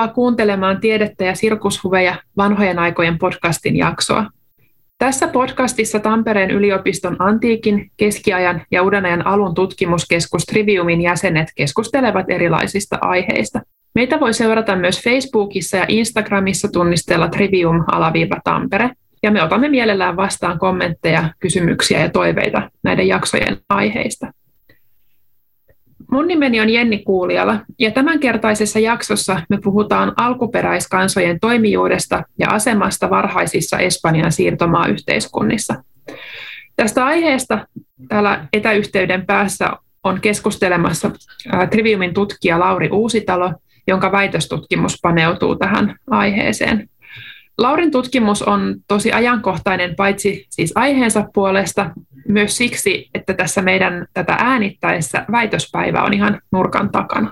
Tervetuloa kuuntelemaan Tiedettä ja sirkushuveja vanhojen aikojen podcastin jaksoa. Tässä podcastissa Tampereen yliopiston antiikin, keskiajan ja uuden ajan alun tutkimuskeskus Triviumin jäsenet keskustelevat erilaisista aiheista. Meitä voi seurata myös Facebookissa ja Instagramissa tunnisteella Trivium-Tampere, ja me otamme mielellään vastaan kommentteja, kysymyksiä ja toiveita näiden jaksojen aiheista. Mun nimeni on Jenni Kuuliala, ja tämänkertaisessa jaksossa me puhutaan alkuperäiskansojen toimijuudesta ja asemasta varhaisissa Espanjan siirtomaayhteiskunnissa. Tästä aiheesta täällä etäyhteyden päässä on keskustelemassa Triviumin tutkija Lauri Uusitalo, jonka väitöstutkimus paneutuu tähän aiheeseen. Laurin tutkimus on tosi ajankohtainen paitsi siis aiheensa puolesta, myös siksi, että tässä meidän tätä äänittäessä väitöspäivä on ihan nurkan takana.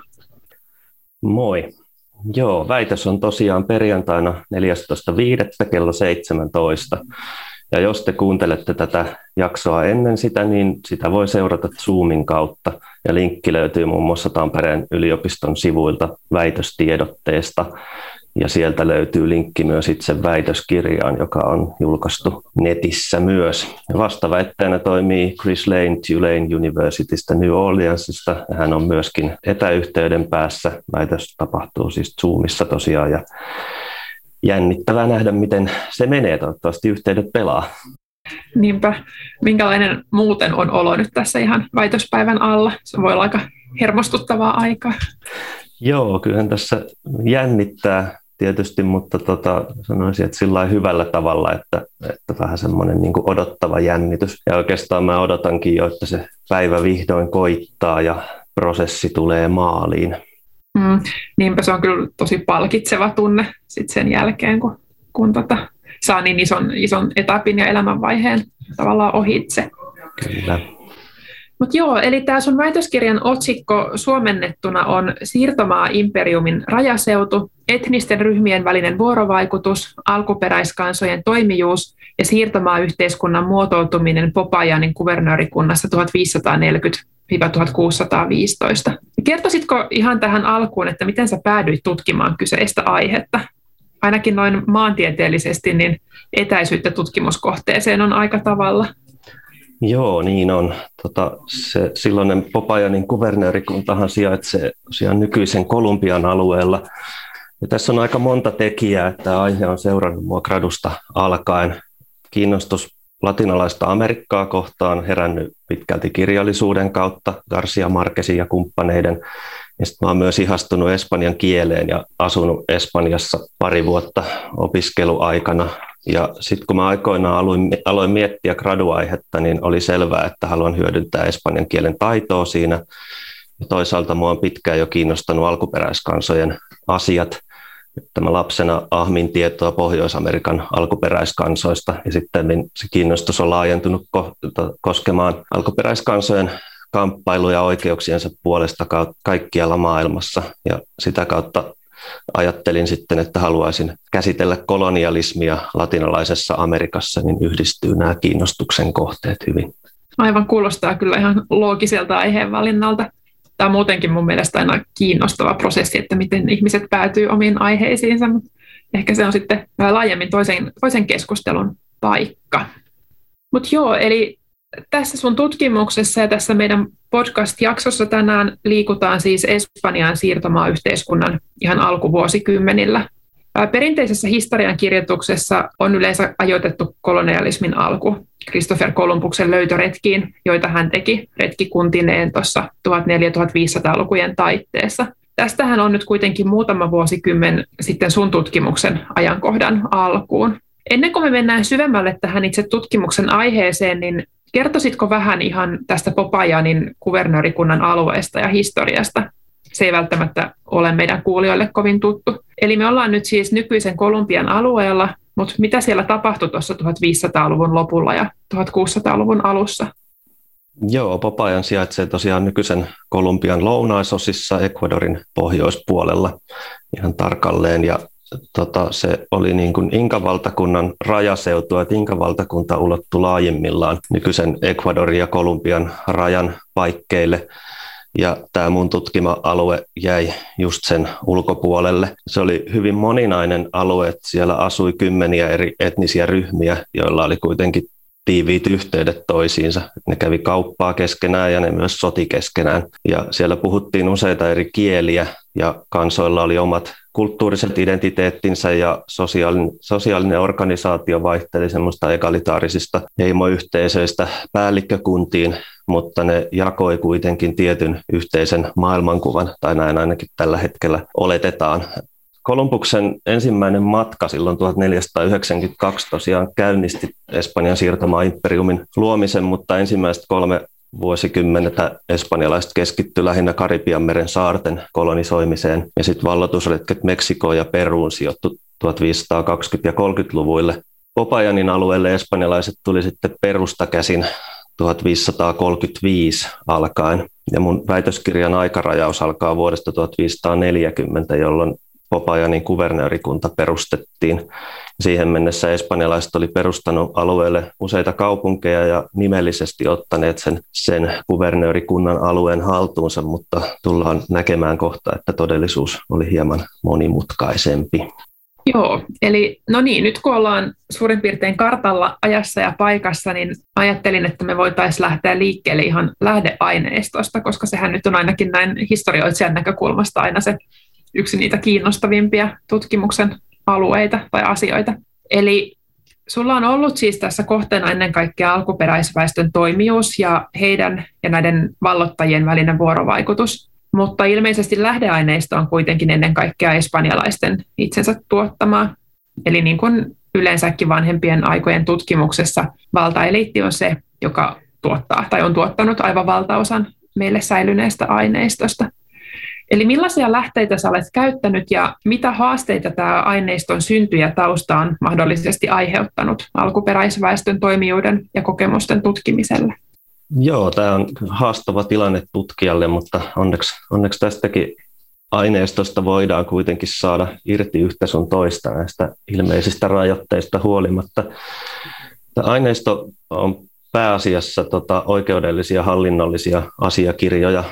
Moi. Joo, väitös on tosiaan perjantaina 14.5. kello 17. Ja jos te kuuntelette tätä jaksoa ennen sitä, niin sitä voi seurata Zoomin kautta. Ja linkki löytyy muun muassa Tampereen yliopiston sivuilta väitöstiedotteesta. Ja sieltä löytyy linkki myös itse väitöskirjaan, joka on julkaistu netissä myös. Ja vastaväittäjänä toimii Chris Lane Tulane Universitystä New Orleansista. Hän on myöskin etäyhteyden päässä. Väitös tapahtuu siis Zoomissa tosiaan. Ja jännittävää nähdä, miten se menee. Toivottavasti yhteydet pelaa. Niinpä. Minkälainen muuten on olo nyt tässä ihan väitöspäivän alla? Se voi olla aika hermostuttavaa aikaa. Joo, kyllähän tässä jännittää tietysti, mutta sanoisin, että sillä hyvällä tavalla, että vähän semmoinen niin kuin odottava jännitys. Ja oikeastaan mä odotankin jo, että se päivä vihdoin koittaa ja prosessi tulee maaliin. Niinpä se on kyllä tosi palkitseva tunne sit sen jälkeen, kun saa niin ison etapin ja elämänvaiheen tavallaan ohitse. Kyllä. Mutta joo, eli tämä sun väitöskirjan otsikko suomennettuna on Siirtomaa-imperiumin rajaseutu, etnisten ryhmien välinen vuorovaikutus, alkuperäiskansojen toimijuus ja siirtomaayhteiskunnan muotoutuminen Popayanin kuvernöörikunnassa 1540-1615. Kertoisitko ihan tähän alkuun, että miten sä päädyit tutkimaan kyseistä aihetta? Ainakin noin maantieteellisesti, niin etäisyyttä tutkimuskohteeseen on aika tavalla. Joo, niin on. Se silloinen Popayanin kuvernöörikuntahan sijaitsee tosiaan nykyisen Kolumbian alueella. Ja tässä on aika monta tekijää, että tämä aihe on seurannut mua gradusta alkaen. Kiinnostus latinalaista Amerikkaa kohtaan herännyt pitkälti kirjallisuuden kautta, Garcia Marquezin ja kumppaneiden. Ja sitten mä oon myös ihastunut espanjan kieleen ja asunut Espanjassa pari vuotta opiskeluaikana. Ja sitten kun mä aikoinaan aloin miettiä graduaihetta, niin oli selvää, että haluan hyödyntää espanjan kielen taitoa siinä. Ja toisaalta mua on pitkään jo kiinnostanut alkuperäiskansojen asiat. Mä lapsena ahmin tietoa Pohjois-Amerikan alkuperäiskansoista ja sitten se kiinnostus on laajentunut koskemaan alkuperäiskansojen kamppailuja oikeuksiensa puolesta kaikkialla maailmassa. Ja sitä kautta ajattelin sitten, että haluaisin käsitellä kolonialismia latinalaisessa Amerikassa, niin yhdistyy nämä kiinnostuksen kohteet hyvin. Aivan, kuulostaa kyllä ihan loogiselta aiheenvalinnalta. Tämä on muutenkin mun mielestä aina kiinnostava prosessi, että miten ihmiset päätyy omiin aiheisiinsa, mutta ehkä se on sitten vähän laajemmin toisen keskustelun paikka. Mutta joo, eli tässä sun tutkimuksessa ja tässä meidän podcast-jaksossa tänään liikutaan siis Espanjan siirtomaayhteiskunnan ihan alkuvuosikymmenillä. Perinteisessä historiankirjoituksessa on yleensä ajoitettu kolonialismin alku Christopher Columbuksen löytöretkiin, joita hän teki retkikuntineen tuossa 1400-1500-lukujen taitteessa. Tästähän on nyt kuitenkin muutama vuosikymmen sitten sun tutkimuksen ajankohdan alkuun. Ennen kuin me mennään syvemmälle tähän itse tutkimuksen aiheeseen, niin kertoisitko vähän ihan tästä Popayanin kuvernöörikunnan alueesta ja historiasta? Se ei välttämättä ole meidän kuulijoille kovin tuttu. Eli me ollaan nyt siis nykyisen Kolumbian alueella, mutta mitä siellä tapahtui tuossa 1500-luvun lopulla ja 1600-luvun alussa? Joo, Popayan sijaitsee tosiaan nykyisen Kolumbian lounaisosissa Ecuadorin pohjoispuolella ihan tarkalleen. Ja se oli niin kuin Inka-valtakunnan rajaseutua, että Inka-valtakunta ulottui laajimmillaan nykyisen Ecuadorin ja Kolumbian rajan paikkeille. ja tämä mun tutkima alue jäi just sen ulkopuolelle. Se oli hyvin moninainen alue, että siellä asui kymmeniä eri etnisiä ryhmiä, joilla oli kuitenkin tiiviit yhteydet toisiinsa. Ne kävi kauppaa keskenään ja ne myös soti keskenään. Ja siellä puhuttiin useita eri kieliä ja kansoilla oli omat kulttuuriset identiteettinsä ja sosiaalinen organisaatio vaihteli semmoista egalitaarisista heimoyhteisöistä päällikkökuntiin, mutta ne jakoi kuitenkin tietyn yhteisen maailmankuvan, tai näin ainakin tällä hetkellä oletetaan. Kolumbuksen ensimmäinen matka silloin 1492 tosiaan käynnisti Espanjan siirtomaa-imperiumin luomisen, mutta ensimmäiset 3 vuosikymmentä espanjalaiset keskittyi lähinnä Karibianmeren saarten kolonisoimiseen, ja sitten valloitusretket Meksikoon ja Peruun sijoittui 1520- ja 30-luvuille. Popayanin alueelle espanjalaiset tuli sitten Perusta käsin 1535 alkaen, ja mun väitöskirjan aikarajaus alkaa vuodesta 1540, jolloin Popayanin kuvernöörikunta perustettiin. Siihen mennessä espanjalaiset oli perustanut alueelle useita kaupunkeja ja nimellisesti ottaneet sen kuvernöörikunnan alueen haltuunsa, mutta tullaan näkemään kohta, että todellisuus oli hieman monimutkaisempi. Joo, eli no niin, nyt kun ollaan suurin piirtein kartalla ajassa ja paikassa, niin ajattelin, että me voitaisiin lähteä liikkeelle ihan lähdeaineistosta, koska sehän nyt on ainakin näin historioitsijan näkökulmasta aina se yksi niitä kiinnostavimpia tutkimuksen alueita tai asioita. Eli sulla on ollut siis tässä kohteena ennen kaikkea alkuperäisväestön toimijuus ja heidän ja näiden vallottajien välinen vuorovaikutus, mutta ilmeisesti lähdeaineisto on kuitenkin ennen kaikkea espanjalaisten itsensä tuottamaa. Eli niin kuin yleensäkin vanhempien aikojen tutkimuksessa valtaeliitti on se, joka tuottaa tai on tuottanut aivan valtaosan meille säilyneestä aineistosta. Eli millaisia lähteitä sä olet käyttänyt ja mitä haasteita tämä aineiston synty ja tausta on mahdollisesti aiheuttanut alkuperäisväestön toimijuuden ja kokemusten tutkimiselle? Joo, tämä on haastava tilanne tutkijalle, mutta onneksi tästäkin aineistosta voidaan kuitenkin saada irti yhtä sun toista näistä ilmeisistä rajoitteista huolimatta. Tämä aineisto on pääasiassa oikeudellisia hallinnollisia asiakirjoja,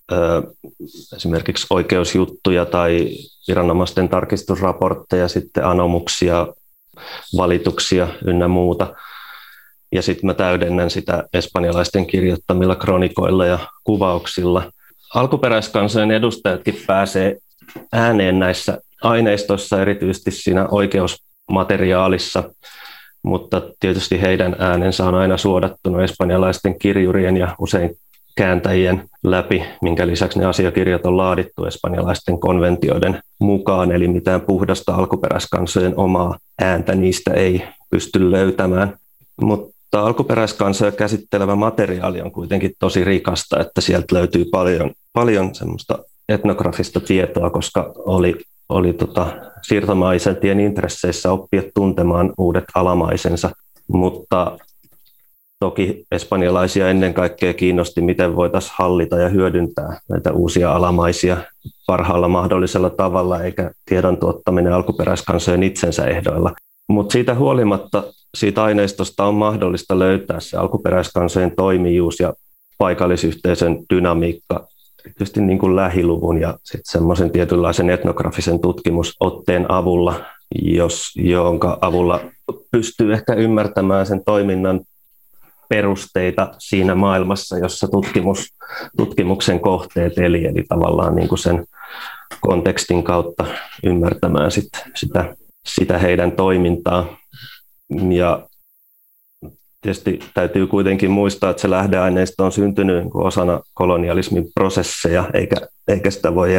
esimerkiksi oikeusjuttuja tai viranomaisten tarkistusraportteja, sitten anomuksia, valituksia ynnä muuta. Ja sitten mä täydennän sitä espanjalaisten kirjoittamilla kronikoilla ja kuvauksilla. Alkuperäiskansojen edustajatkin pääsee ääneen näissä aineistoissa, erityisesti siinä oikeusmateriaalissa, mutta tietysti heidän äänensä on aina suodattunut espanjalaisten kirjurien ja usein kääntäjien läpi, minkä lisäksi ne asiakirjat on laadittu espanjalaisten konventioiden mukaan, eli mitään puhdasta alkuperäiskansojen omaa ääntä niistä ei pysty löytämään. Mutta alkuperäiskansoja käsittelevä materiaali on kuitenkin tosi rikasta, että sieltä löytyy paljon semmoista etnografista tietoa, koska oli siirtomaa-isäntien intresseissä oppia tuntemaan uudet alamaisensa, mutta toki espanjalaisia ennen kaikkea kiinnosti, miten voitaisiin hallita ja hyödyntää näitä uusia alamaisia parhaalla mahdollisella tavalla, eikä tiedon tuottaminen alkuperäiskansojen itsensä ehdoilla. Mutta siitä huolimatta siitä aineistosta on mahdollista löytää se alkuperäiskansojen toimijuus ja paikallisyhteisön dynamiikka, erityisesti niin kuin lähiluvun ja sitten semmoisen tietynlaisen etnografisen tutkimusotteen avulla, jonka avulla pystyy ehkä ymmärtämään sen toiminnan perusteita siinä maailmassa, jossa tutkimuksen kohteet eli tavallaan niin kuin sen kontekstin kautta ymmärtämään sitä heidän toimintaa. Ja tietysti täytyy kuitenkin muistaa, että se lähdeaineisto on syntynyt osana kolonialismin prosesseja, eikä sitä voi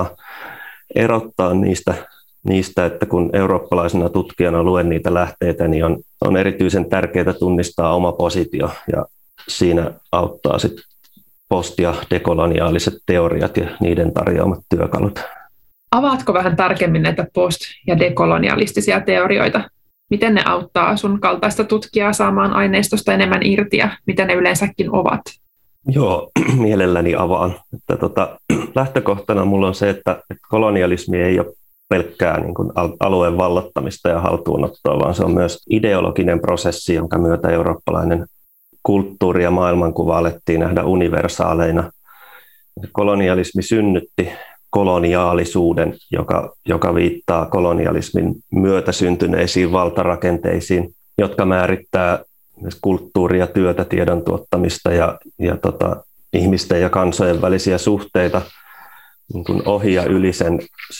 erottaa niistä, että kun eurooppalaisena tutkijana luen niitä lähteitä, niin on erityisen tärkeää tunnistaa oma positio, ja siinä auttaa sitten post- ja dekoloniaaliset teoriat ja niiden tarjoamat työkalut. Avaatko vähän tarkemmin näitä post- ja dekolonialistisia teorioita? Miten ne auttaa sun kaltaista tutkijaa saamaan aineistosta enemmän irti ja mitä ne yleensäkin ovat? Joo, mielelläni avaan. Lähtökohtana mulla on se, että kolonialismi ei ole pelkkää niin kuin alueen vallottamista ja haltuunottoa, vaan se on myös ideologinen prosessi, jonka myötä eurooppalainen kulttuuri ja maailmankuva alettiin nähdä universaaleina Kolonialismi synnytti koloniaalisuuden, joka viittaa kolonialismin myötä syntyneisiin valtarakenteisiin, jotka määrittää kulttuuria, työtä, tiedon tuottamista ja ihmisten ja kansojen välisiä suhteita niin kuin ohi ja yli sen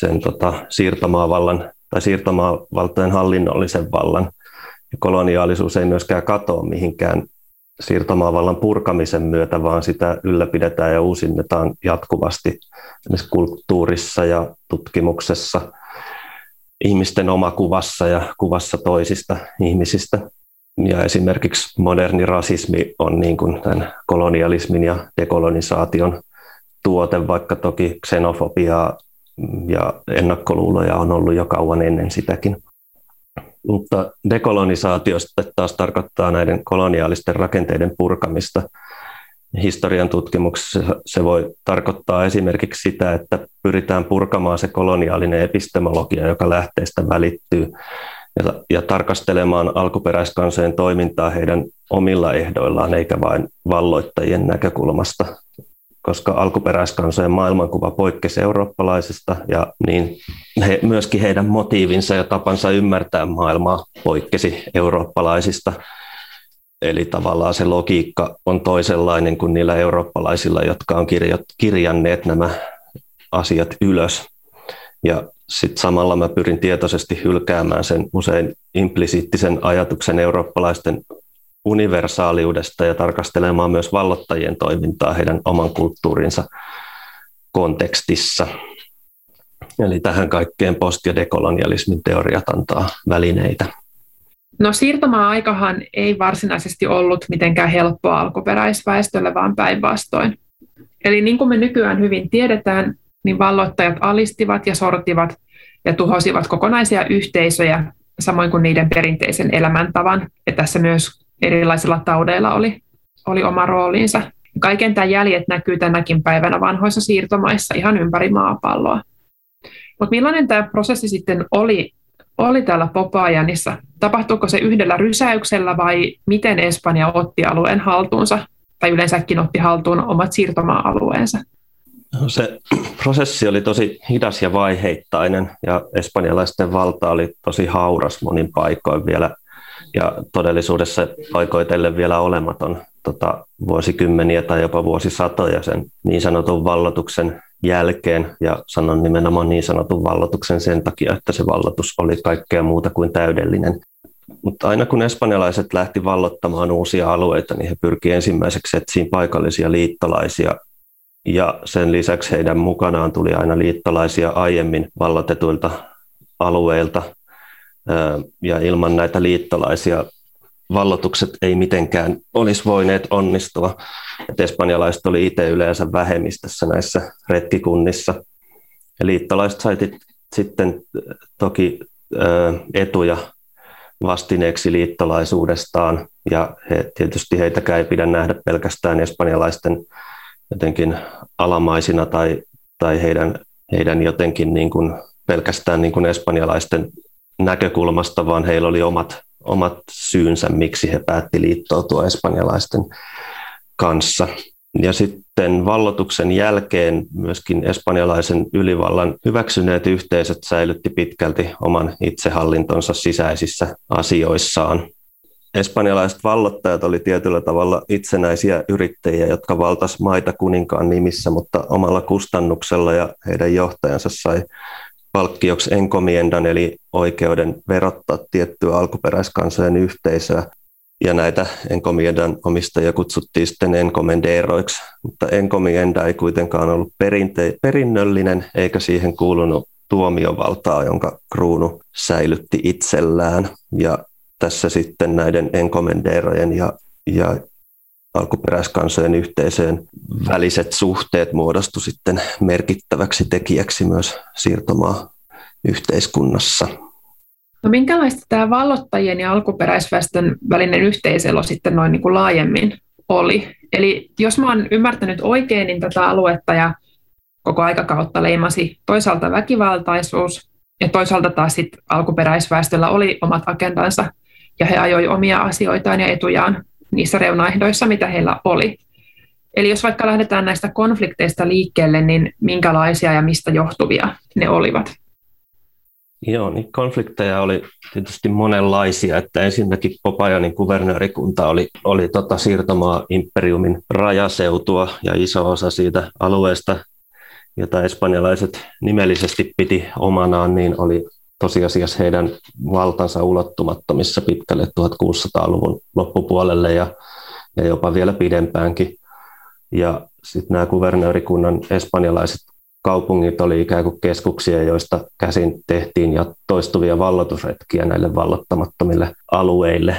siirtomaavallan tai siirtomaavaltojen hallinnollisen vallan. Ja koloniaalisuus ei myöskään katoa mihinkään siirtomaavallan purkamisen myötä, vaan sitä ylläpidetään ja uusinnetaan jatkuvasti esimerkiksi kulttuurissa ja tutkimuksessa, ihmisten omakuvassa ja kuvassa toisista ihmisistä. Ja esimerkiksi moderni rasismi on niin kuin tämän kolonialismin ja dekolonisaation tuote, vaikka toki xenofobiaa ja ennakkoluuloja on ollut jo kauan ennen sitäkin. Mutta dekolonisaatiosta taas tarkoittaa näiden koloniaalisten rakenteiden purkamista. Historian tutkimuksessa se voi tarkoittaa esimerkiksi sitä, että pyritään purkamaan se koloniaalinen epistemologia, joka lähteestä välittyy, ja tarkastelemaan alkuperäiskansojen toimintaa heidän omilla ehdoillaan, eikä vain valloittajien näkökulmasta. Koska alkuperäiskansojen maailmankuva poikkesi eurooppalaisesta, ja niin myöskin heidän motiivinsa ja tapansa ymmärtää maailmaa poikkesi eurooppalaisista. Eli tavallaan se logiikka on toisenlainen kuin niillä eurooppalaisilla, jotka on kirjanneet nämä asiat ylös. Ja sitten samalla mä pyrin tietoisesti hylkäämään sen usein implisiittisen ajatuksen eurooppalaisten universaaliudesta ja tarkastelemaan myös vallottajien toimintaa heidän oman kulttuurinsa kontekstissa. Eli tähän kaikkeen post- ja dekolonialismin teoriat antaa välineitä. No siirtomaa-aikahan ei varsinaisesti ollut mitenkään helppoa alkuperäisväestölle, vaan päinvastoin. Eli niin kuin me nykyään hyvin tiedetään, niin valloittajat alistivat ja sortivat ja tuhosivat kokonaisia yhteisöjä, samoin kuin niiden perinteisen elämäntavan. Ja tässä myös erilaisilla taudeilla oli oma roolinsa. Kaiken tämän jäljet näkyy tänäkin päivänä vanhoissa siirtomaissa ihan ympäri maapalloa. Mutta millainen tämä prosessi sitten oli täällä Popayanissa? Tapahtuuko se yhdellä rysäyksellä vai miten Espanja otti alueen haltuunsa tai yleensäkin otti haltuun omat siirtomaa-alueensa? Se prosessi oli tosi hidas ja vaiheittainen ja espanjalaisten valta oli tosi hauras monin paikoin vielä ja todellisuudessa paikoitellen vielä olematon vuosikymmeniä tai jopa vuosisatoja sen niin sanotun valloituksen jälkeen, ja sanon nimenomaan niin sanotun valloituksen sen takia, että se valloitus oli kaikkea muuta kuin täydellinen. Mutta aina kun espanjalaiset lähti valloittamaan uusia alueita, niin he pyrkivät ensimmäiseksi etsiä paikallisia liittolaisia, ja sen lisäksi heidän mukanaan tuli aina liittolaisia aiemmin valloitetuilta alueilta, ja ilman näitä liittolaisia valloitukset ei mitenkään olisi voineet onnistua. Et espanjalaiset oli itse yleensä vähemmistössä näissä retkikunnissa. Ja liittolaiset sai sitten toki etuja vastineeksi liittolaisuudestaan. Ja tietysti heitäkään ei pidä nähdä pelkästään espanjalaisten jotenkin alamaisina tai heidän jotenkin niin kuin pelkästään niin kuin espanjalaisten näkökulmasta, vaan heillä oli omat syynsä, miksi he päätti liittoutua espanjalaisten kanssa. Ja sitten valloituksen jälkeen myöskin espanjalaisen ylivallan hyväksyneet yhteisöt säilytti pitkälti oman itsehallintonsa sisäisissä asioissaan. Espanjalaiset vallottajat oli tietyllä tavalla itsenäisiä yrittäjiä, jotka valtasivat maita kuninkaan nimissä, mutta omalla kustannuksella, ja heidän johtajansa sai palkkioksi encomiendan eli oikeuden verottaa tiettyä alkuperäiskansojen yhteisöä. Ja näitä encomiendan omistajia kutsuttiin sitten encomenderoiksi, mutta encomienda ei kuitenkaan ollut perinnöllinen eikä siihen kuulunut tuomiovaltaa, jonka kruunu säilytti itsellään. Ja tässä sitten näiden encomenderojen ja alkuperäiskansojen yhteisöjen väliset suhteet muodostu sitten merkittäväksi tekijäksi myös siirtomaa-yhteiskunnassa. No minkälaista tämä vallottajien ja alkuperäisväestön välinen yhteiselo sitten noin niin kuin laajemmin oli? Eli jos mä oon ymmärtänyt oikein, niin tätä aluetta ja koko aikakautta leimasi toisaalta väkivaltaisuus ja toisaalta taas sit alkuperäisväestöllä oli omat agendansa ja he ajoi omia asioitaan ja etujaan niissä reunaehdoissa, mitä heillä oli. Eli jos vaikka lähdetään näistä konflikteista liikkeelle, niin minkälaisia ja mistä johtuvia ne olivat? Joo, niin konflikteja oli tietysti monenlaisia, että ensinnäkin Popayanin kuvernöörikunta oli siirtomaa-imperiumin rajaseutua ja iso osa siitä alueesta, jota espanjalaiset nimellisesti piti omanaan, niin oli tosiasiassa heidän valtansa ulottumattomissa pitkälle 1600-luvun loppupuolelle ja jopa vielä pidempäänkin. Ja sitten nämä kuvernöörikunnan espanjalaiset kaupungit oli ikään kuin keskuksia, joista käsin tehtiin ja toistuvia valloitusretkiä näille vallottamattomille alueille.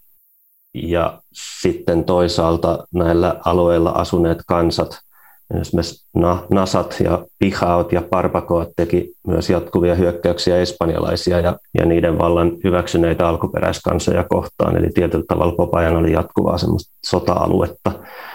Ja sitten toisaalta näillä alueilla asuneet kansat, esimerkiksi Nasat ja Pijaot ja Barbacoat teki myös jatkuvia hyökkäyksiä espanjalaisia ja niiden vallan hyväksyneitä alkuperäiskansoja kohtaan. Eli tietyllä tavalla Popayan oli jatkuvaa semmoista sota-aluetta.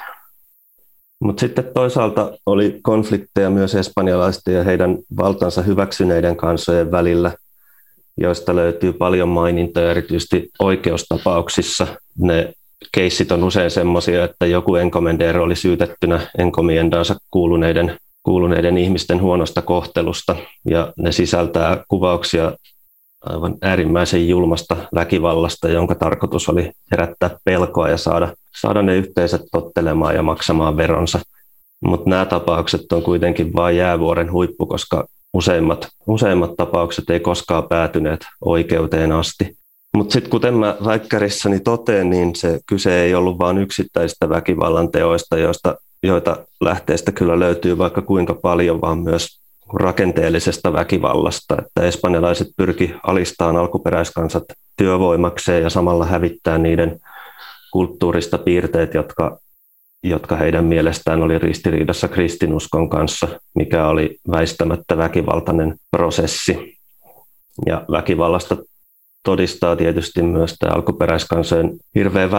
Mutta sitten toisaalta oli konflikteja myös espanjalaisten ja heidän valtansa hyväksyneiden kansojen välillä, joista löytyy paljon mainintoja erityisesti oikeustapauksissa. Ne keissit on usein semmoisia, että joku encomendero oli syytettynä encomiendaansa kuuluneiden ihmisten huonosta kohtelusta, ja ne sisältää kuvauksia aivan äärimmäisen julmasta väkivallasta, jonka tarkoitus oli herättää pelkoa ja saada ne yhteisöt tottelemaan ja maksamaan veronsa. Mutta nämä tapaukset on kuitenkin vain jäävuoren huippu, koska useimmat tapaukset ei koskaan päätyneet oikeuteen asti. Mutta sitten kuten mä väikkärissani toteen, niin se kyse ei ollut vain yksittäisistä väkivallan teoista, joita lähteestä kyllä löytyy vaikka kuinka paljon, vaan myös rakenteellisesta väkivallasta, että espanjalaiset pyrki alistamaan alkuperäiskansat työvoimakseen ja samalla hävittää niiden kulttuurista piirteet, jotka heidän mielestään oli ristiriidassa kristinuskon kanssa, mikä oli väistämättä väkivaltainen prosessi. Ja väkivallasta todistaa tietysti myös tämä alkuperäiskansojen hirveä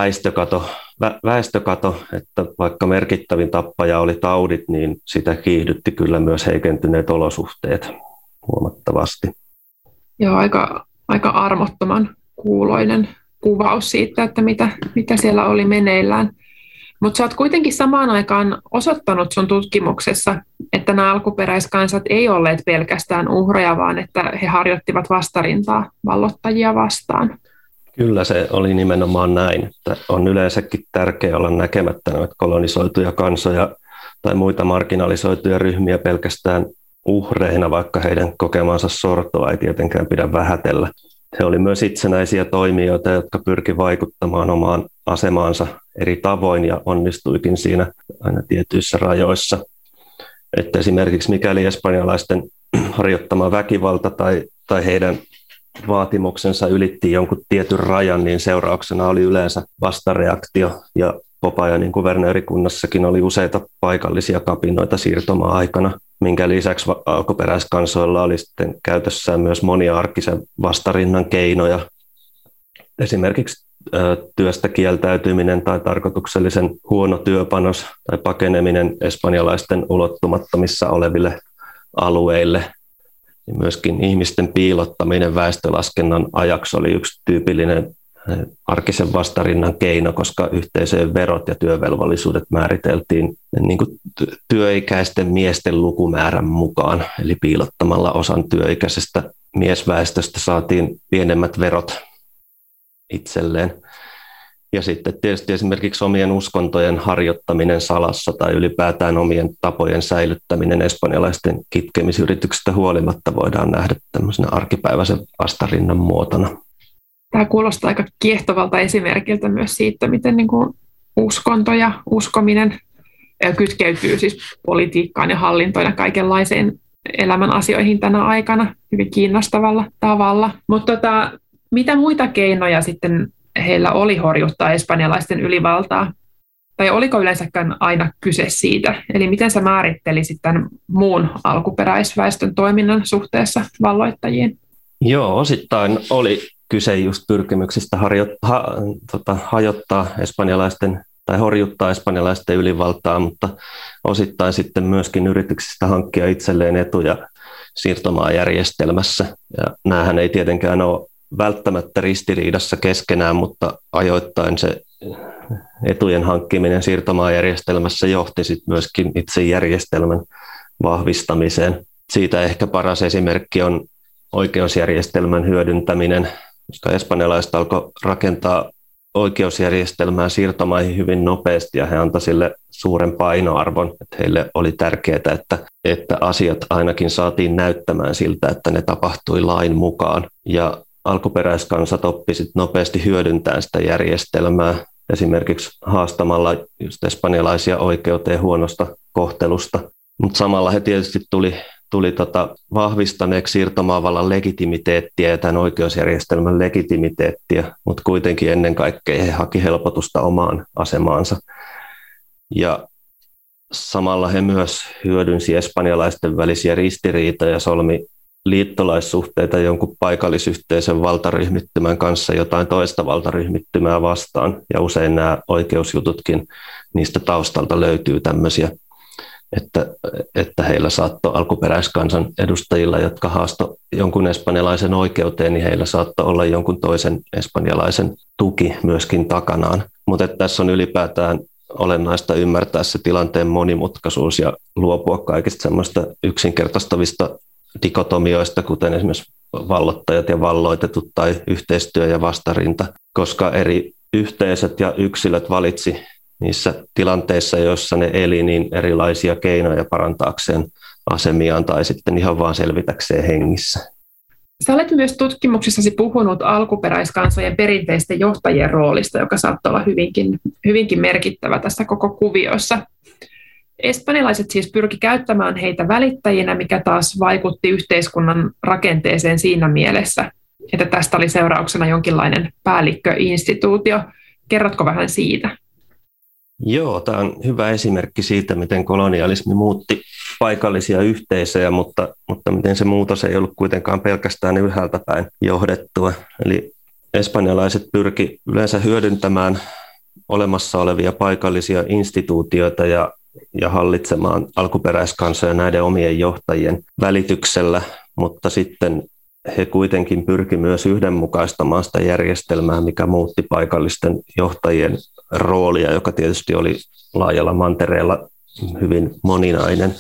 väestökato, että vaikka merkittävin tappaja oli taudit, niin sitä kiihdytti kyllä myös heikentyneet olosuhteet huomattavasti. Joo, aika armottoman kuuloinen kuvaus siitä, että mitä siellä oli meneillään. Mutta sä oot kuitenkin samaan aikaan osoittanut sun tutkimuksessa, että nämä alkuperäiskansat ei olleet pelkästään uhreja, vaan että he harjoittivat vastarintaa vallottajia vastaan. Kyllä se oli nimenomaan näin, että on yleensäkin tärkeää olla näkemättä noita kolonisoituja kansoja tai muita marginalisoituja ryhmiä pelkästään uhreina, vaikka heidän kokemansa sortoa ei tietenkään pidä vähätellä. He olivat myös itsenäisiä toimijoita, jotka pyrki vaikuttamaan omaan asemaansa eri tavoin ja onnistuikin siinä aina tietyissä rajoissa. Että esimerkiksi mikäli espanjalaisten harjoittama väkivalta tai heidän vaatimuksensa ylitti jonkun tietyn rajan, niin seurauksena oli yleensä vastareaktio. Ja Popayanin kuvernöörikunnassakin oli useita paikallisia kapinoita siirtomaa-aikana, minkä lisäksi alkuperäiskansoilla oli sitten käytössään myös monia arkisen vastarinnan keinoja. Esimerkiksi työstä kieltäytyminen tai tarkoituksellisen huono työpanos tai pakeneminen espanjalaisten ulottumattomissa oleville alueille. Ja myöskin ihmisten piilottaminen väestölaskennan ajaksi oli yksi tyypillinen arkisen vastarinnan keino, koska yhteisöjen verot ja työvelvollisuudet määriteltiin niin kuin työikäisten miesten lukumäärän mukaan. Eli piilottamalla osan työikäisestä miesväestöstä saatiin pienemmät verot itselleen. Ja sitten tietysti esimerkiksi omien uskontojen harjoittaminen salassa tai ylipäätään omien tapojen säilyttäminen espanjalaisten kitkemisyrityksistä huolimatta voidaan nähdä tämmöisenä arkipäiväisen vastarinnan muotona. Tämä kuulostaa aika kiehtovalta esimerkiltä myös siitä, miten niin kuin uskonto ja uskominen kytkeytyy siis politiikkaan ja hallintoon ja kaikenlaiseen elämän asioihin tänä aikana hyvin kiinnostavalla tavalla. Mutta mitä muita keinoja sitten heillä oli horjuttaa espanjalaisten ylivaltaa? Tai oliko yleensäkään aina kyse siitä? Eli miten sä määrittelisit tämän muun alkuperäisväestön toiminnan suhteessa valloittajiin? Joo, osittain oli kyse just pyrkimyksistä hajottaa espanjalaisten tai horjuttaa espanjalaisten ylivaltaa, mutta osittain sitten myöskin yrityksistä hankkia itselleen etuja siirtomaajärjestelmässä. Ja näähän ei tietenkään ole välttämättä ristiriidassa keskenään, mutta ajoittain se etujen hankkiminen siirtomaajärjestelmässä johti sit myöskin itse järjestelmän vahvistamiseen. Siitä ehkä paras esimerkki on oikeusjärjestelmän hyödyntäminen, koska espanjalaiset alkoi rakentaa oikeusjärjestelmää siirtomaihin hyvin nopeasti ja he antoivat sille suuren painoarvon. Että heille oli tärkeää, että asiat ainakin saatiin näyttämään siltä, että ne tapahtui lain mukaan. Ja alkuperäiskansat oppivat nopeasti hyödyntämään sitä järjestelmää, esimerkiksi haastamalla just espanjalaisia oikeuteen huonosta kohtelusta. Mutta samalla he tietysti tuli vahvistaneeksi siirtomaavallan legitimiteettiä ja tämän oikeusjärjestelmän legitimiteettiä, mutta kuitenkin ennen kaikkea he haki helpotusta omaan asemaansa. Ja samalla he myös hyödynsi espanjalaisten välisiä ristiriitoja ja solmi liittolaissuhteita jonkun paikallisyhteisön valtaryhmittymän kanssa jotain toista valtaryhmittymää vastaan. Ja usein nämä oikeusjututkin, niistä taustalta löytyy tämmöisiä, että heillä saattoi alkuperäiskansan edustajilla, jotka haastoivat jonkun espanjalaisen oikeuteen, niin heillä saattoi olla jonkun toisen espanjalaisen tuki myöskin takanaan. Mutta tässä on ylipäätään olennaista ymmärtää se tilanteen monimutkaisuus ja luopua kaikista semmoista yksinkertaistavista dikotomioista, kuten esimerkiksi vallottajat ja valloitetut tai yhteistyö ja vastarinta, koska eri yhteisöt ja yksilöt valitsi niissä tilanteissa, joissa ne eli, niin erilaisia keinoja parantaakseen asemiaan tai sitten ihan vaan selvitäkseen hengissä. Sä olet myös tutkimuksissasi puhunut alkuperäiskansojen perinteisten johtajien roolista, joka saattaa olla hyvinkin merkittävä tässä koko kuviossa. Espanjalaiset siis pyrki käyttämään heitä välittäjinä, mikä taas vaikutti yhteiskunnan rakenteeseen siinä mielessä, että tästä oli seurauksena jonkinlainen päällikköinstituutio. Kerrotko vähän siitä? Joo, tämä on hyvä esimerkki siitä, miten kolonialismi muutti paikallisia yhteisöjä, mutta miten se muutos ei ollut kuitenkaan pelkästään ylhäältä päin johdettua. Eli espanjalaiset pyrki yleensä hyödyntämään olemassa olevia paikallisia instituutioita ja hallitsemaan alkuperäiskansoja näiden omien johtajien välityksellä, mutta sitten he kuitenkin pyrki myös yhdenmukaistamaan sitä järjestelmää, mikä muutti paikallisten johtajien roolia, joka tietysti oli laajalla mantereella hyvin moninainen.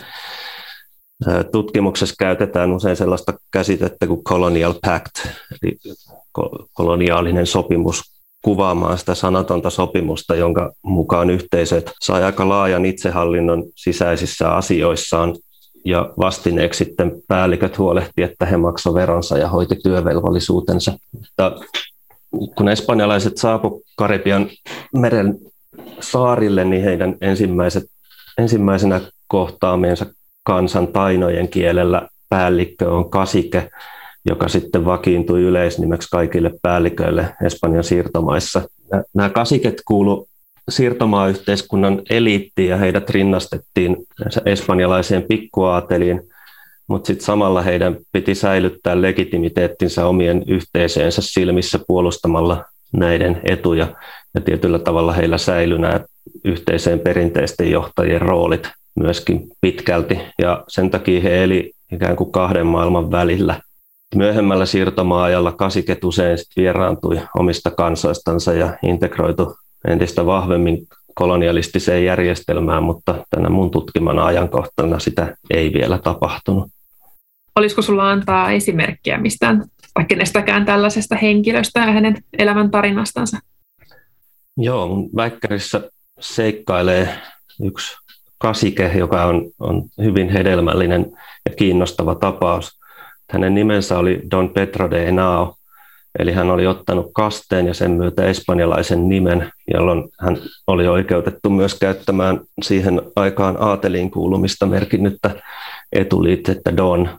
Tutkimuksessa käytetään usein sellaista käsitettä kuin colonial pact, eli koloniaalinen sopimus, kuvaamaan sitä sanatonta sopimusta, jonka mukaan yhteisöt sai aika laajan itsehallinnon sisäisissä asioissaan ja vastineeksi sitten päälliköt huolehti, että he maksoivat veronsa ja hoiti työvelvollisuutensa. Mutta kun espanjalaiset saapuivat Karibian meren saarille, niin heidän ensimmäisenä kohtaamiensa kansan tainojen kielellä päällikkö on cacique, joka sitten vakiintui yleisnimeksi kaikille päälliköille Espanjan siirtomaissa. Nämä caciquet kuuluivat siirtomaayhteiskunnan eliittiin ja heidät rinnastettiin espanjalaiseen pikkuaateliin, mutta sitten samalla heidän piti säilyttää legitimiteettinsä omien yhteisöensä silmissä puolustamalla näiden etuja. Ja tietyllä tavalla heillä säilyi nämä yhteiseen perinteisten johtajien roolit myöskin pitkälti, ja sen takia he eli ikään kuin kahden maailman välillä. Myöhemmällä siirtomaa-ajalla caciquet usein vieraantui omista kansoistansa ja integroitu entistä vahvemmin kolonialistiseen järjestelmään, mutta tänä mun tutkimana ajankohtana sitä ei vielä tapahtunut. Olisiko sulla antaa esimerkkiä mistään tai kenestäkään tällaisesta henkilöstä ja hänen elämäntarinastansa? Joo, mun väikkärissä seikkailee yksi cacique, joka on hyvin hedelmällinen ja kiinnostava tapaus. Hänen nimensä oli Don Pedro de Henao, eli hän oli ottanut kasteen ja sen myötä espanjalaisen nimen, jolloin hän oli oikeutettu myös käyttämään siihen aikaan aateliin kuulumista merkinnyttä etuliitettä Don.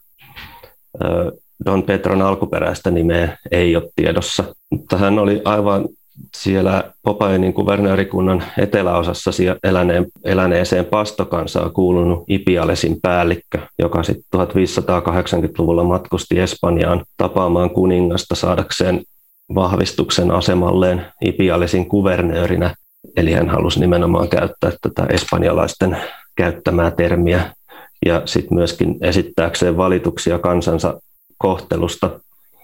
Don Pedron alkuperäistä nimeä ei ole tiedossa, mutta hän oli aivan siellä Popayanin kuvernöörikunnan eteläosassa eläneeseen pastokansaan kuulunut Ipialesin päällikkö, joka sitten 1580-luvulla matkusti Espanjaan tapaamaan kuningasta saadakseen vahvistuksen asemalleen Ipialesin kuvernöörinä. Eli hän halusi nimenomaan käyttää tätä espanjalaisten käyttämää termiä ja sitten myöskin esittääkseen valituksia kansansa kohtelusta,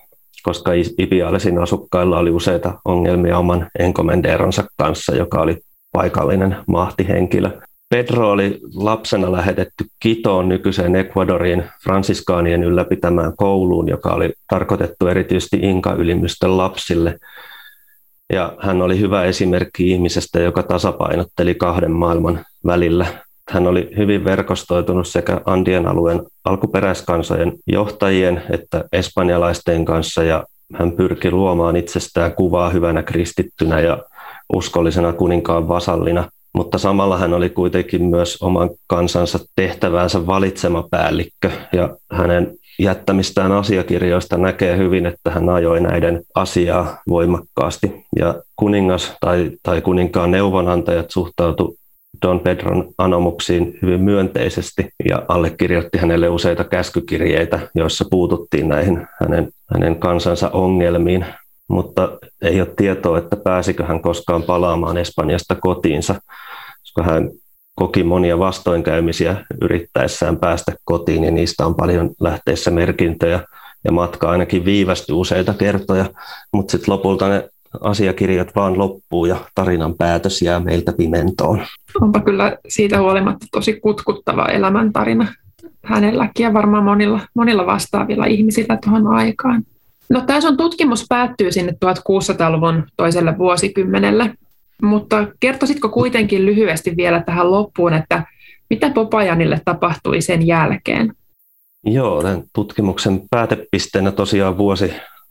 koska Ipialesin asukkailla oli useita ongelmia oman encomenderonsa kanssa, joka oli paikallinen mahtihenkilö. Pedro oli lapsena lähetetty Quitoon nykyiseen Ecuadoriin fransiskaanien ylläpitämään kouluun, joka oli tarkoitettu erityisesti Inka-ylimystön lapsille. Ja hän oli hyvä esimerkki ihmisestä, joka tasapainotteli kahden maailman välillä. Hän oli hyvin verkostoitunut sekä Andien alueen alkuperäiskansojen johtajien että espanjalaisten kanssa, ja hän pyrki luomaan itsestään kuvaa hyvänä kristittynä ja uskollisena kuninkaan vasallina. Mutta samalla hän oli kuitenkin myös oman kansansa tehtävänsä valitsema päällikkö, ja hänen jättämistään asiakirjoista näkee hyvin, että hän ajoi näiden asiaa voimakkaasti. Ja kuningas tai kuninkaan neuvonantajat suhtautuivat Don Pedron anomuksiin hyvin myönteisesti ja allekirjoitti hänelle useita käskykirjeitä, joissa puututtiin näihin hänen kansansa ongelmiin. Mutta ei ole tietoa, että pääsikö hän koskaan palaamaan Espanjasta kotiinsa, koska hän koki monia vastoinkäymisiä yrittäessään päästä kotiin, ja niistä on paljon lähteissä merkintöjä, ja matka ainakin viivästyi useita kertoja, mutta sitten lopulta ne asiakirjat vaan loppuu ja tarinan päätös jää meiltä pimentoon. Onpa kyllä siitä huolimatta tosi kutkuttava elämäntarina hänelläkin ja varmaan monilla vastaavilla ihmisillä tuohon aikaan. No, tämä sun tutkimus päättyy sinne 1600-luvun toiselle vuosikymmenelle, mutta kertoisitko kuitenkin lyhyesti vielä tähän loppuun, että mitä Popayanille tapahtui sen jälkeen? Joo, tämän tutkimuksen päätepisteenä tosiaan vuosi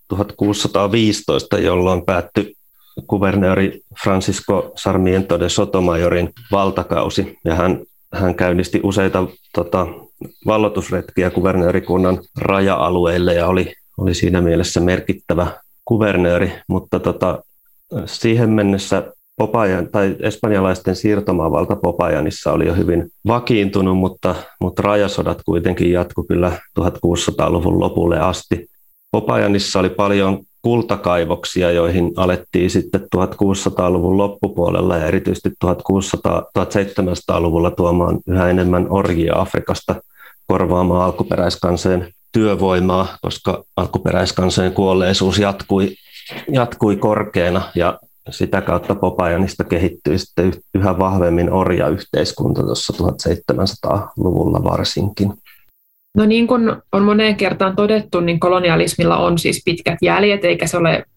1615, jolloin päättyi kuvernööri Francisco Sarmiento de Sotomayorin valtakausi, ja hän käynnisti useita valloitusretkiä kuvernöörikunnan raja-alueille ja oli siinä mielessä merkittävä kuvernööri, mutta siihen mennessä espanjalaisten siirtomaavalta Popayanissa oli jo hyvin vakiintunut, mutta rajasodat kuitenkin jatkui kyllä 1600-luvun lopulle asti. Popayanissa oli paljon kultakaivoksia, joihin alettiin sitten 1600-luvun loppupuolella ja erityisesti 1700-luvulla tuomaan yhä enemmän orjia Afrikasta korvaamaan alkuperäiskansojen työvoimaa, koska alkuperäiskansojen kuolleisuus jatkui korkeana, ja sitä kautta Popayanista kehittyi sitten yhä vahvemmin orjayhteiskunta tuossa 1700-luvulla varsinkin. No, niin kuin on moneen kertaan todettu, niin kolonialismilla on siis pitkät jäljet, eikä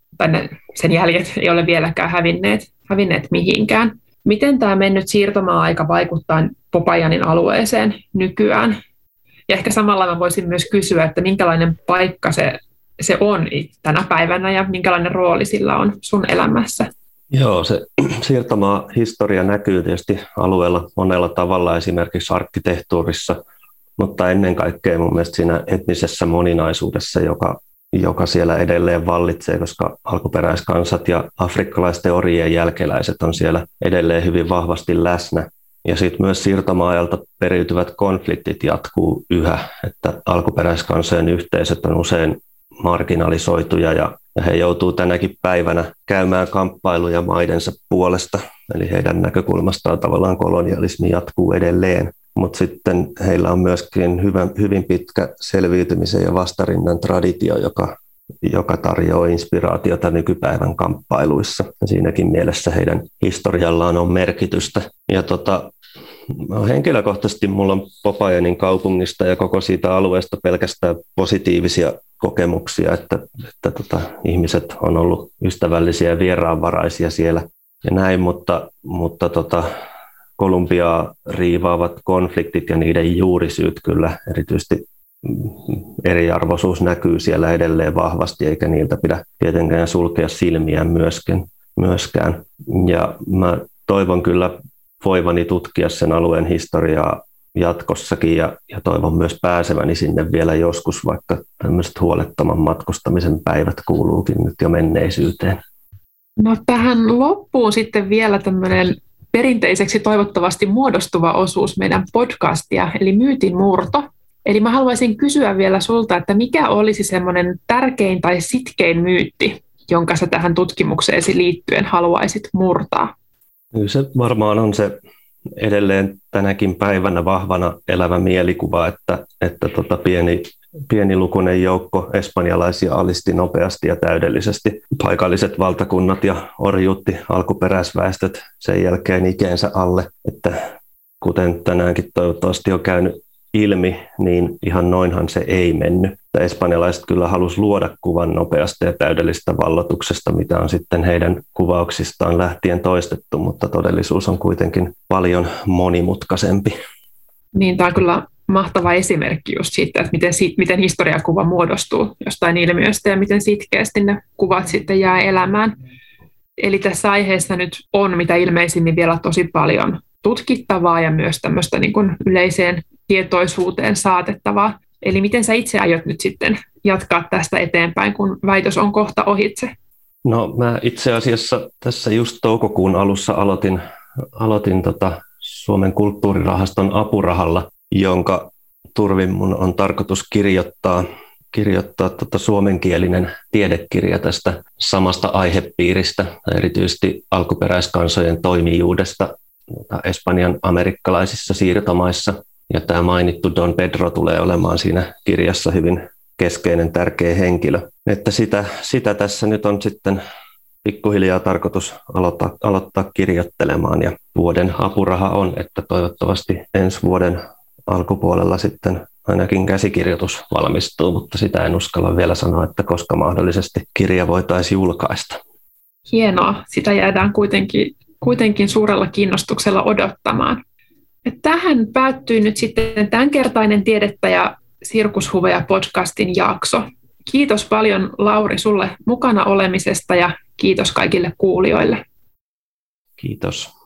sen jäljet ei ole vieläkään hävinneet mihinkään. Miten tämä mennyt siirtomaa-aika vaikuttaa Popayanin alueeseen nykyään? Ja ehkä samalla mä voisin myös kysyä, että minkälainen paikka se on tänä päivänä ja minkälainen rooli sillä on sun elämässä? Joo, se siirtomaa-historia näkyy tietysti alueella monella tavalla, esimerkiksi arkkitehtuurissa, mutta ennen kaikkea mun mielestä siinä etnisessä moninaisuudessa, joka siellä edelleen vallitsee, koska alkuperäiskansat ja afrikkalaisten orjien jälkeläiset on siellä edelleen hyvin vahvasti läsnä. Ja sitten myös siirtomaajalta periytyvät konfliktit jatkuu yhä, että alkuperäiskansojen yhteisöt on usein marginalisoituja ja he joutuu tänäkin päivänä käymään kamppailuja maidensa puolesta. Eli heidän näkökulmastaan tavallaan kolonialismi jatkuu edelleen. Mutta sitten heillä on myöskin hyvin pitkä selviytymisen ja vastarinnan traditio, joka tarjoaa inspiraatiota nykypäivän kamppailuissa. Ja siinäkin mielessä heidän historiallaan on merkitystä. Ja henkilökohtaisesti mulla on Popayanin kaupungista ja koko siitä alueesta pelkästään positiivisia kokemuksia, että ihmiset on ollut ystävällisiä ja vieraanvaraisia siellä ja näin, mutta Kolumbiaa riivaavat konfliktit ja niiden juurisyyt kyllä, erityisesti eriarvoisuus näkyy siellä edelleen vahvasti, eikä niiltä pidä tietenkään sulkea silmiä myöskään. Ja mä toivon kyllä voivani tutkia sen alueen historiaa jatkossakin ja toivon myös pääseväni sinne vielä joskus, vaikka tämmöiset huolettoman matkustamisen päivät kuuluukin nyt jo menneisyyteen. No, tähän loppuun sitten vielä tämmöinen perinteiseksi toivottavasti muodostuva osuus meidän podcastia, eli myytin murto. Eli mä haluaisin kysyä vielä sulta, että mikä olisi semmoinen tärkein tai sitkein myytti, jonka sä tähän tutkimukseesi liittyen haluaisit murtaa? Se varmaan on se edelleen tänäkin päivänä vahvana elävä mielikuva, että pieni pienilukuinen joukko espanjalaisia alisti nopeasti ja täydellisesti paikalliset valtakunnat ja orjuutti alkuperäisväestöt sen jälkeen ikänsä alle, että kuten tänäänkin toivottavasti on käynyt ilmi, niin ihan noinhan se ei mennyt. Espanjalaiset kyllä halusi luoda kuvan nopeasta ja täydellisestä valloituksesta, mitä on sitten heidän kuvauksistaan lähtien toistettu, mutta todellisuus on kuitenkin paljon monimutkaisempi. Niin, tämä on kyllä mahtava esimerkki just siitä, että miten historiakuva muodostuu jostain ilmiöstä ja miten sitkeästi ne kuvat sitten jää elämään. Eli tässä aiheessa nyt on mitä ilmeisimmin vielä tosi paljon tutkittavaa ja myös tämmöistä niin kuin yleiseen tietoisuuteen saatettavaa. Eli miten sä itse aiot nyt sitten jatkaa tästä eteenpäin, kun väitös on kohta ohitse? No mä itse asiassa tässä just toukokuun alussa aloitin Suomen kulttuurirahaston apurahalla, jonka turvin mun on tarkoitus kirjoittaa suomenkielinen tiedekirja tästä samasta aihepiiristä, erityisesti alkuperäiskansojen toimijuudesta Espanjan amerikkalaisissa siirtomaissa. Ja tämä mainittu Don Pedro tulee olemaan siinä kirjassa hyvin keskeinen, tärkeä henkilö. Että sitä tässä nyt on sitten pikkuhiljaa tarkoitus aloittaa kirjoittelemaan. Ja vuoden apuraha on, että toivottavasti ensi vuoden alkupuolella sitten ainakin käsikirjoitus valmistuu, mutta sitä en uskalla vielä sanoa, että koska mahdollisesti kirja voitaisiin julkaista. Hienoa, sitä jäädään kuitenkin suurella kiinnostuksella odottamaan. Tähän päättyy nyt sitten tämänkertainen Tiedettä ja sirkushuveja podcastin jakso. Kiitos paljon Lauri sulle mukana olemisesta ja kiitos kaikille kuulijoille. Kiitos.